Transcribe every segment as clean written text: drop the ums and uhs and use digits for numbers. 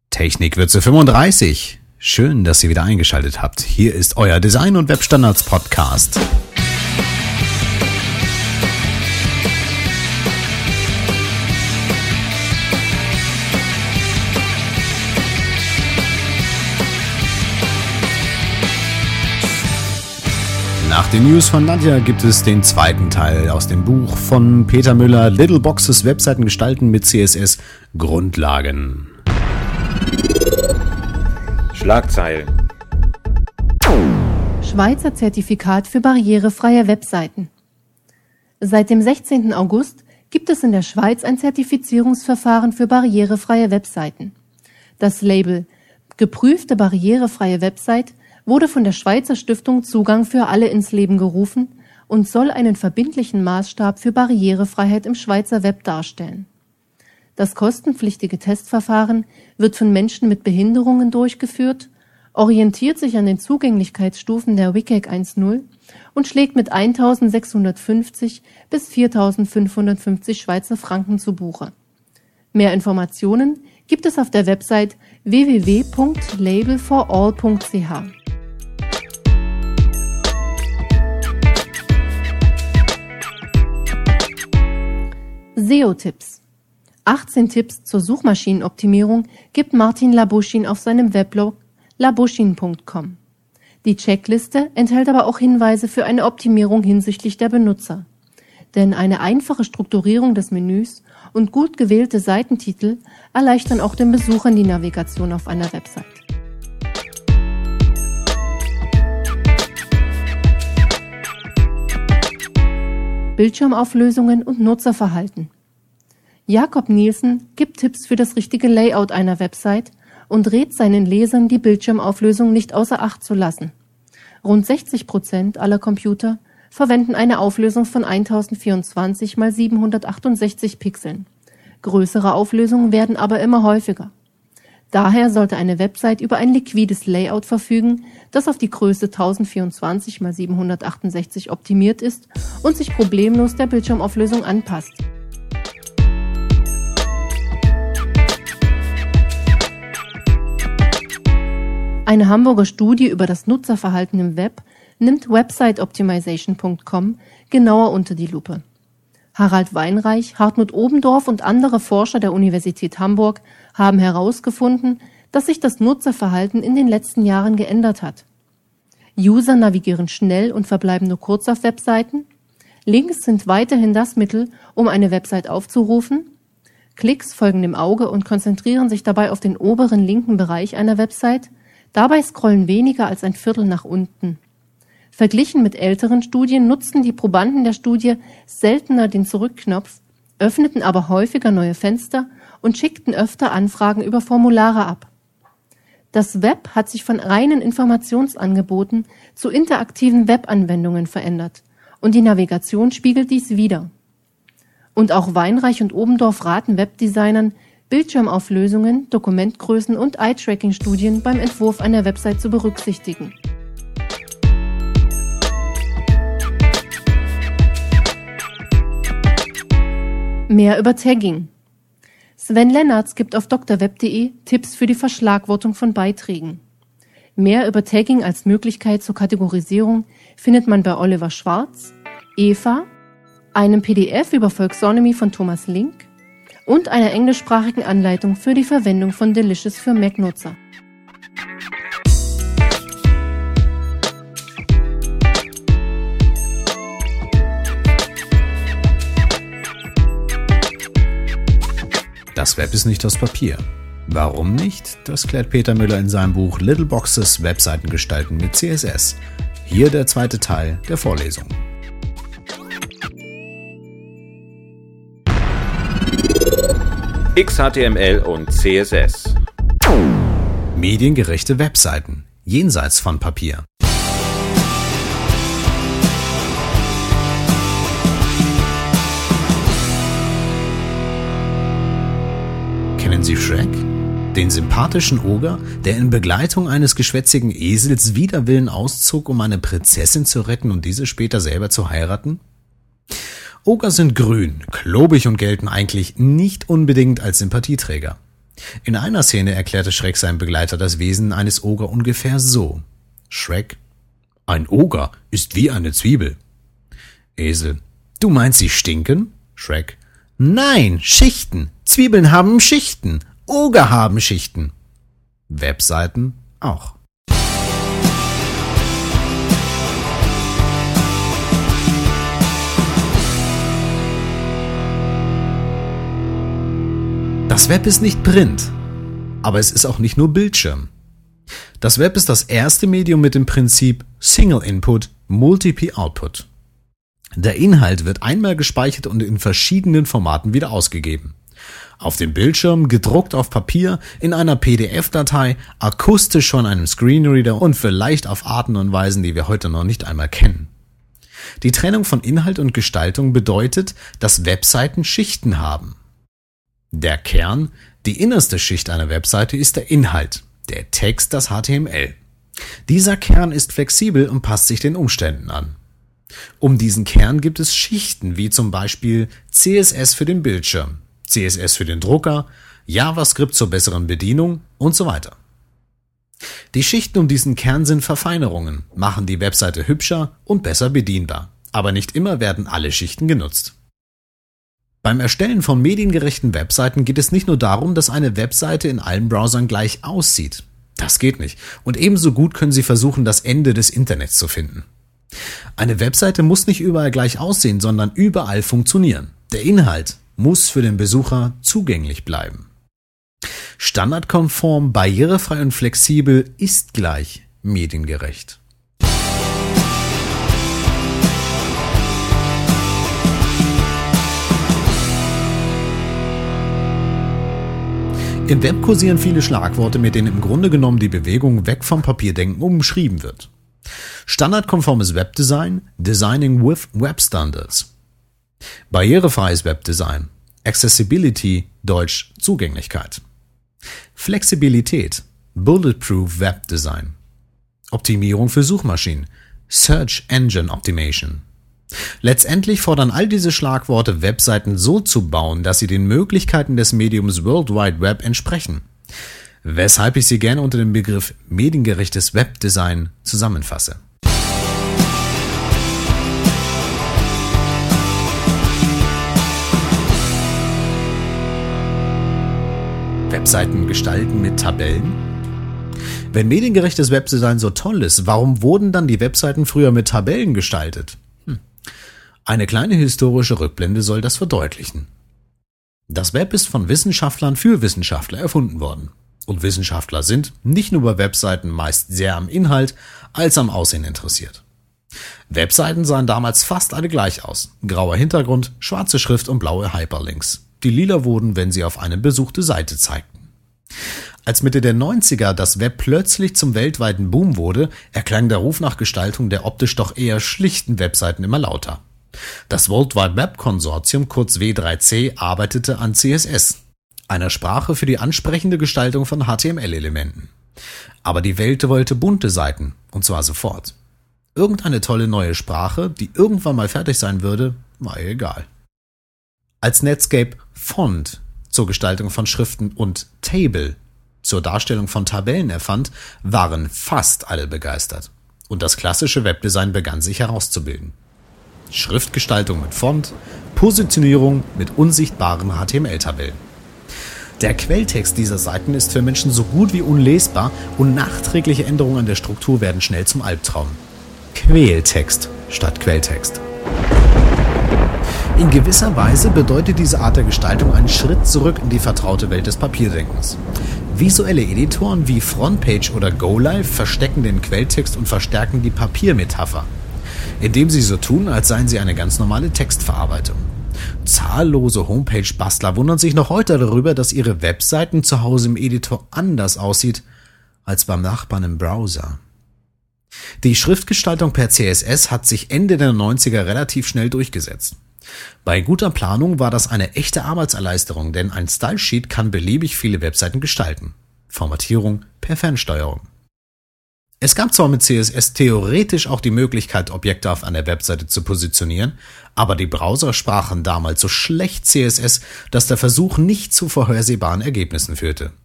Technikwürze 35. Schön, dass ihr wieder eingeschaltet habt. Hier ist euer Design- und Webstandards-Podcast. Nach den News von Nadja gibt es den zweiten Teil aus dem Buch von Peter Müller, Little Boxes Webseiten gestalten mit CSS Grundlagen. Schlagzeilen. Schweizer Zertifikat für barrierefreie Webseiten. Seit dem 16. August gibt es in der Schweiz ein Zertifizierungsverfahren für barrierefreie Webseiten. Das Label geprüfte barrierefreie Website wurde von der Schweizer Stiftung Zugang für alle ins Leben gerufen und soll einen verbindlichen Maßstab für Barrierefreiheit im Schweizer Web darstellen. Das kostenpflichtige Testverfahren wird von Menschen mit Behinderungen durchgeführt, orientiert sich an den Zugänglichkeitsstufen der WCAG 1.0 und schlägt mit 1.650 bis 4.550 Schweizer Franken zu Buche. Mehr Informationen gibt es auf der Website www.labelforall.ch. SEO-Tipps. 18 Tipps zur Suchmaschinenoptimierung gibt Martin Labuschin auf seinem Weblog labuschin.com. Die Checkliste enthält aber auch Hinweise für eine Optimierung hinsichtlich der Benutzer. Denn eine einfache Strukturierung des Menüs und gut gewählte Seitentitel erleichtern auch den Besuchern die Navigation auf einer Website. Bildschirmauflösungen und Nutzerverhalten. Jakob Nielsen gibt Tipps für das richtige Layout einer Website und rät seinen Lesern, die Bildschirmauflösung nicht außer Acht zu lassen. Rund 60% aller Computer verwenden eine Auflösung von 1024 x 768 Pixeln. Größere Auflösungen werden aber immer häufiger. Daher sollte eine Website über ein liquides Layout verfügen, das auf die Größe 1024 x 768 optimiert ist und sich problemlos der Bildschirmauflösung anpasst. Eine Hamburger Studie über das Nutzerverhalten im Web nimmt websiteoptimization.com genauer unter die Lupe. Harald Weinreich, Hartmut Obendorf und andere Forscher der Universität Hamburg haben herausgefunden, dass sich das Nutzerverhalten in den letzten Jahren geändert hat. User navigieren schnell und verbleiben nur kurz auf Webseiten. Links sind weiterhin das Mittel, um eine Website aufzurufen. Klicks folgen dem Auge und konzentrieren sich dabei auf den oberen linken Bereich einer Website. Dabei scrollen weniger als ein Viertel nach unten. Verglichen mit älteren Studien nutzten die Probanden der Studie seltener den Zurückknopf, öffneten aber häufiger neue Fenster und schickten öfter Anfragen über Formulare ab. Das Web hat sich von reinen Informationsangeboten zu interaktiven Webanwendungen verändert und die Navigation spiegelt dies wider. Und auch Weinreich und Obendorf raten Webdesignern, Bildschirmauflösungen, Dokumentgrößen und Eye-Tracking-Studien beim Entwurf einer Website zu berücksichtigen. Mehr über Tagging. Sven Lennartz gibt auf drweb.de Tipps für die Verschlagwortung von Beiträgen. Mehr über Tagging als Möglichkeit zur Kategorisierung findet man bei Oliver Schwarz, Eva, einem PDF über Folksonomy von Thomas Link und einer englischsprachigen Anleitung für die Verwendung von Delicious für Mac-Nutzer. Das Web ist nicht aus Papier. Warum nicht? Das klärt Peter Müller in seinem Buch Little Boxes Webseiten gestalten mit CSS. Hier der zweite Teil der Vorlesung. XHTML und CSS. Mediengerechte Webseiten, jenseits von Papier. Kennen Sie Shrek? Den sympathischen Oger, der in Begleitung eines geschwätzigen Esels wider Willen auszog, um eine Prinzessin zu retten und diese später selber zu heiraten? Oger sind grün, klobig und gelten eigentlich nicht unbedingt als Sympathieträger. In einer Szene erklärte Shrek seinem Begleiter das Wesen eines Oger ungefähr so. Shrek: Ein Oger ist wie eine Zwiebel. Esel: Du meinst, sie stinken? Shrek: Nein, Schichten. Zwiebeln haben Schichten. Oger haben Schichten. Webseiten auch. Das Web ist nicht Print, aber es ist auch nicht nur Bildschirm. Das Web ist das erste Medium mit dem Prinzip Single Input, Multiple Output. Der Inhalt wird einmal gespeichert und in verschiedenen Formaten wieder ausgegeben. Auf dem Bildschirm, gedruckt auf Papier, in einer PDF-Datei, akustisch von einem Screenreader und vielleicht auf Arten und Weisen, die wir heute noch nicht einmal kennen. Die Trennung von Inhalt und Gestaltung bedeutet, dass Webseiten Schichten haben. Der Kern, die innerste Schicht einer Webseite, ist der Inhalt, der Text, das HTML. Dieser Kern ist flexibel und passt sich den Umständen an. Um diesen Kern gibt es Schichten, wie zum Beispiel CSS für den Bildschirm, CSS für den Drucker, JavaScript zur besseren Bedienung und so weiter. Die Schichten um diesen Kern sind Verfeinerungen, machen die Webseite hübscher und besser bedienbar, aber nicht immer werden alle Schichten genutzt. Beim Erstellen von mediengerechten Webseiten geht es nicht nur darum, dass eine Webseite in allen Browsern gleich aussieht. Das geht nicht. Und ebenso gut können Sie versuchen, das Ende des Internets zu finden. Eine Webseite muss nicht überall gleich aussehen, sondern überall funktionieren. Der Inhalt muss für den Besucher zugänglich bleiben. Standardkonform, barrierefrei und flexibel ist gleich mediengerecht. Im Web kursieren viele Schlagworte, mit denen im Grunde genommen die Bewegung weg vom Papierdenken umschrieben wird. Standardkonformes Webdesign, Designing with Web Standards. Barrierefreies Webdesign, Accessibility, Deutsch Zugänglichkeit. Flexibilität, Bulletproof Webdesign. Optimierung für Suchmaschinen, Search Engine Optimation. Letztendlich fordern all diese Schlagworte, Webseiten so zu bauen, dass sie den Möglichkeiten des Mediums World Wide Web entsprechen. Weshalb ich sie gerne unter dem Begriff mediengerechtes Webdesign zusammenfasse. Webseiten gestalten mit Tabellen? Wenn mediengerechtes Webdesign so toll ist, warum wurden dann die Webseiten früher mit Tabellen gestaltet? Eine kleine historische Rückblende soll das verdeutlichen. Das Web ist von Wissenschaftlern für Wissenschaftler erfunden worden. Und Wissenschaftler sind nicht nur bei Webseiten meist sehr am Inhalt als am Aussehen interessiert. Webseiten sahen damals fast alle gleich aus. Grauer Hintergrund, schwarze Schrift und blaue Hyperlinks, die lila wurden, wenn sie auf eine besuchte Seite zeigten. Als Mitte der 90er das Web plötzlich zum weltweiten Boom wurde, erklang der Ruf nach Gestaltung der optisch doch eher schlichten Webseiten immer lauter. Das World Wide Web Konsortium, kurz W3C, arbeitete an CSS, einer Sprache für die ansprechende Gestaltung von HTML-Elementen. Aber die Welt wollte bunte Seiten, und zwar sofort. Irgendeine tolle neue Sprache, die irgendwann mal fertig sein würde, war ihr egal. Als Netscape Font zur Gestaltung von Schriften und Table zur Darstellung von Tabellen erfand, waren fast alle begeistert. Und das klassische Webdesign begann sich herauszubilden. Schriftgestaltung mit Font, Positionierung mit unsichtbaren HTML-Tabellen. Der Quelltext dieser Seiten ist für Menschen so gut wie unlesbar und nachträgliche Änderungen an der Struktur werden schnell zum Albtraum. Quelltext statt Quelltext. In gewisser Weise bedeutet diese Art der Gestaltung einen Schritt zurück in die vertraute Welt des Papierdenkens. Visuelle Editoren wie Frontpage oder GoLive verstecken den Quelltext und verstärken die Papiermetapher, indem sie so tun, als seien sie eine ganz normale Textverarbeitung. Zahllose Homepage-Bastler wundern sich noch heute darüber, dass ihre Webseiten zu Hause im Editor anders aussieht als beim Nachbarn im Browser. Die Schriftgestaltung per CSS hat sich Ende der 90er relativ schnell durchgesetzt. Bei guter Planung war das eine echte Arbeitserleichterung, denn ein Stylesheet kann beliebig viele Webseiten gestalten. Formatierung per Fernsteuerung. Es gab zwar mit CSS theoretisch auch die Möglichkeit, Objekte auf einer Webseite zu positionieren, aber die Browser sprachen damals so schlecht CSS, dass der Versuch nicht zu vorhersehbaren Ergebnissen führte.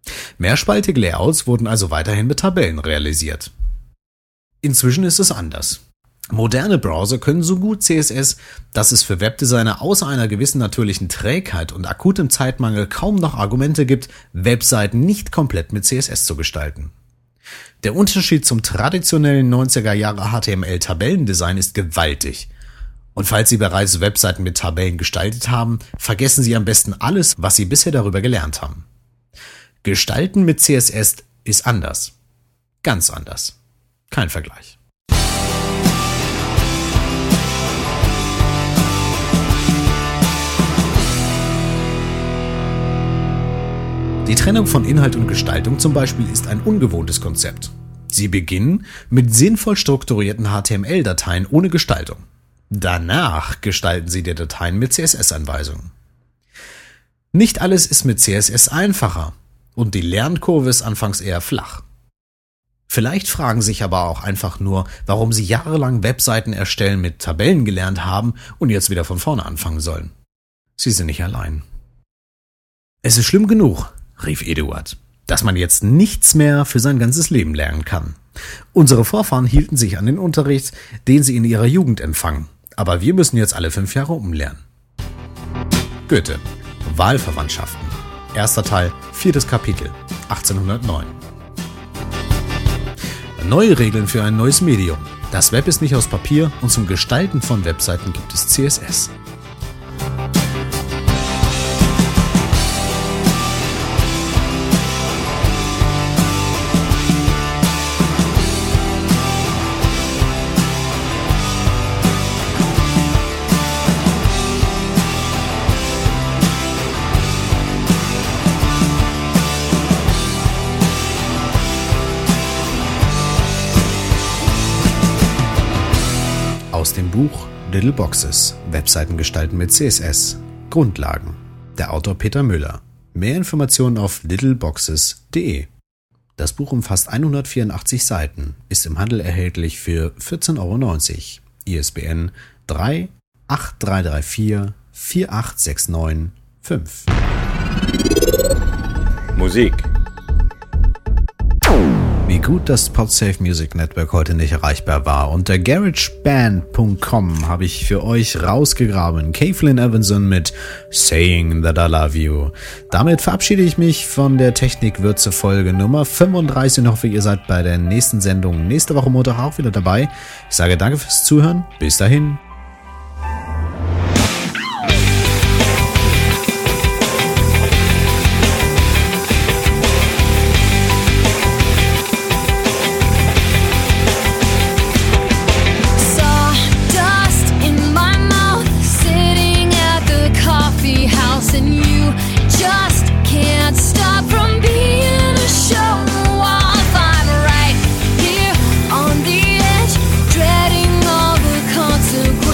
Mehrspaltige Layouts wurden also weiterhin mit Tabellen realisiert. Inzwischen ist es anders. Moderne Browser können so gut CSS, dass es für Webdesigner außer einer gewissen natürlichen Trägheit und akutem Zeitmangel kaum noch Argumente gibt, Webseiten nicht komplett mit CSS zu gestalten. Der Unterschied zum traditionellen 90er Jahre HTML-Tabellendesign ist gewaltig. Und falls Sie bereits Webseiten mit Tabellen gestaltet haben, vergessen Sie am besten alles, was Sie bisher darüber gelernt haben. Gestalten mit CSS ist anders. Ganz anders. Kein Vergleich. Die Trennung von Inhalt und Gestaltung zum Beispiel ist ein ungewohntes Konzept. Sie beginnen mit sinnvoll strukturierten HTML-Dateien ohne Gestaltung. Danach gestalten Sie die Dateien mit CSS-Anweisungen. Nicht alles ist mit CSS einfacher und die Lernkurve ist anfangs eher flach. Vielleicht fragen sich aber auch einfach nur, warum Sie jahrelang Webseiten erstellen mit Tabellen gelernt haben und jetzt wieder von vorne anfangen sollen. Sie sind nicht allein. Es ist schlimm genug, rief Eduard, dass man jetzt nichts mehr für sein ganzes Leben lernen kann. Unsere Vorfahren hielten sich an den Unterricht, den sie in ihrer Jugend empfangen. Aber wir müssen jetzt alle 5 Jahre umlernen. Goethe. Wahlverwandtschaften. Erster Teil, 4. Kapitel, 1809. Neue Regeln für ein neues Medium. Das Web ist nicht aus Papier und zum Gestalten von Webseiten gibt es CSS. Aus dem Buch Little Boxes, Webseiten gestalten mit CSS, Grundlagen. Der Autor Peter Müller. Mehr Informationen auf littleboxes.de. Das Buch umfasst 184 Seiten, ist im Handel erhältlich für 14,90 €. ISBN 3-8334 48695. Musik. Wie gut das Podsafe Music Network heute nicht erreichbar war. Unter garageband.com habe ich für euch rausgegraben Kathleen Evanson mit Saying That I Love You. Damit verabschiede ich mich von der Technikwürze Folge Nummer 35 und hoffe, ihr seid bei der nächsten Sendung nächste Woche Montag auch wieder dabei. Ich sage danke fürs Zuhören. Bis dahin. Dreading all the consequences.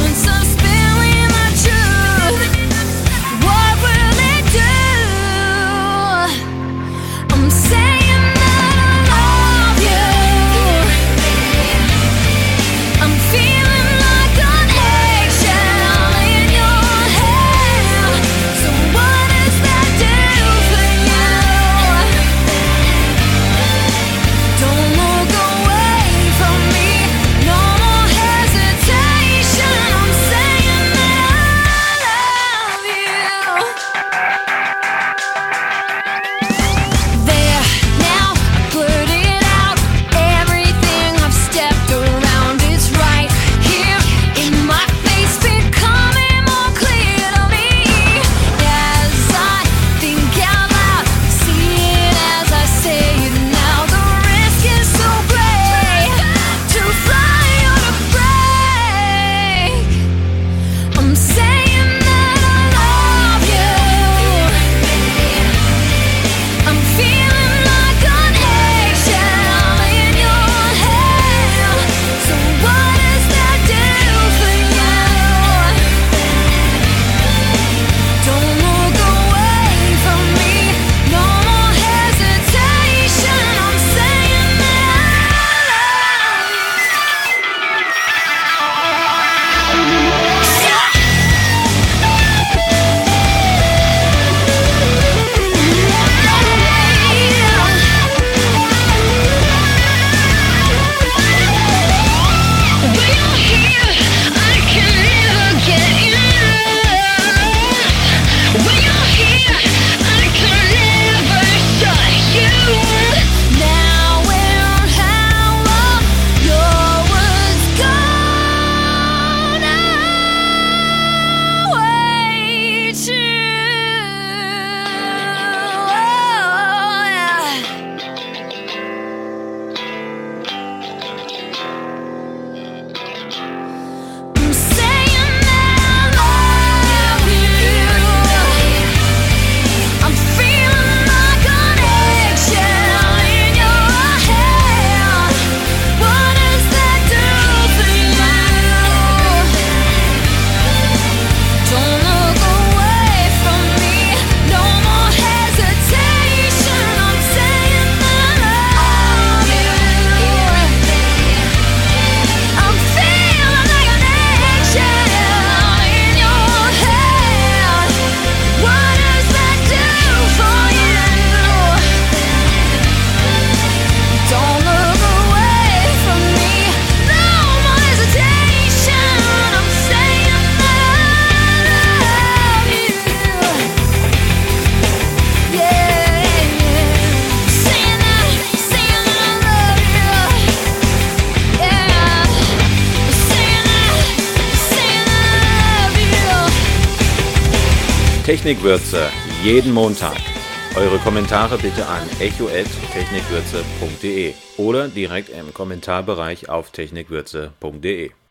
Technikwürze, jeden Montag. Eure Kommentare bitte an echo@technikwürze.de oder direkt im Kommentarbereich auf technikwürze.de.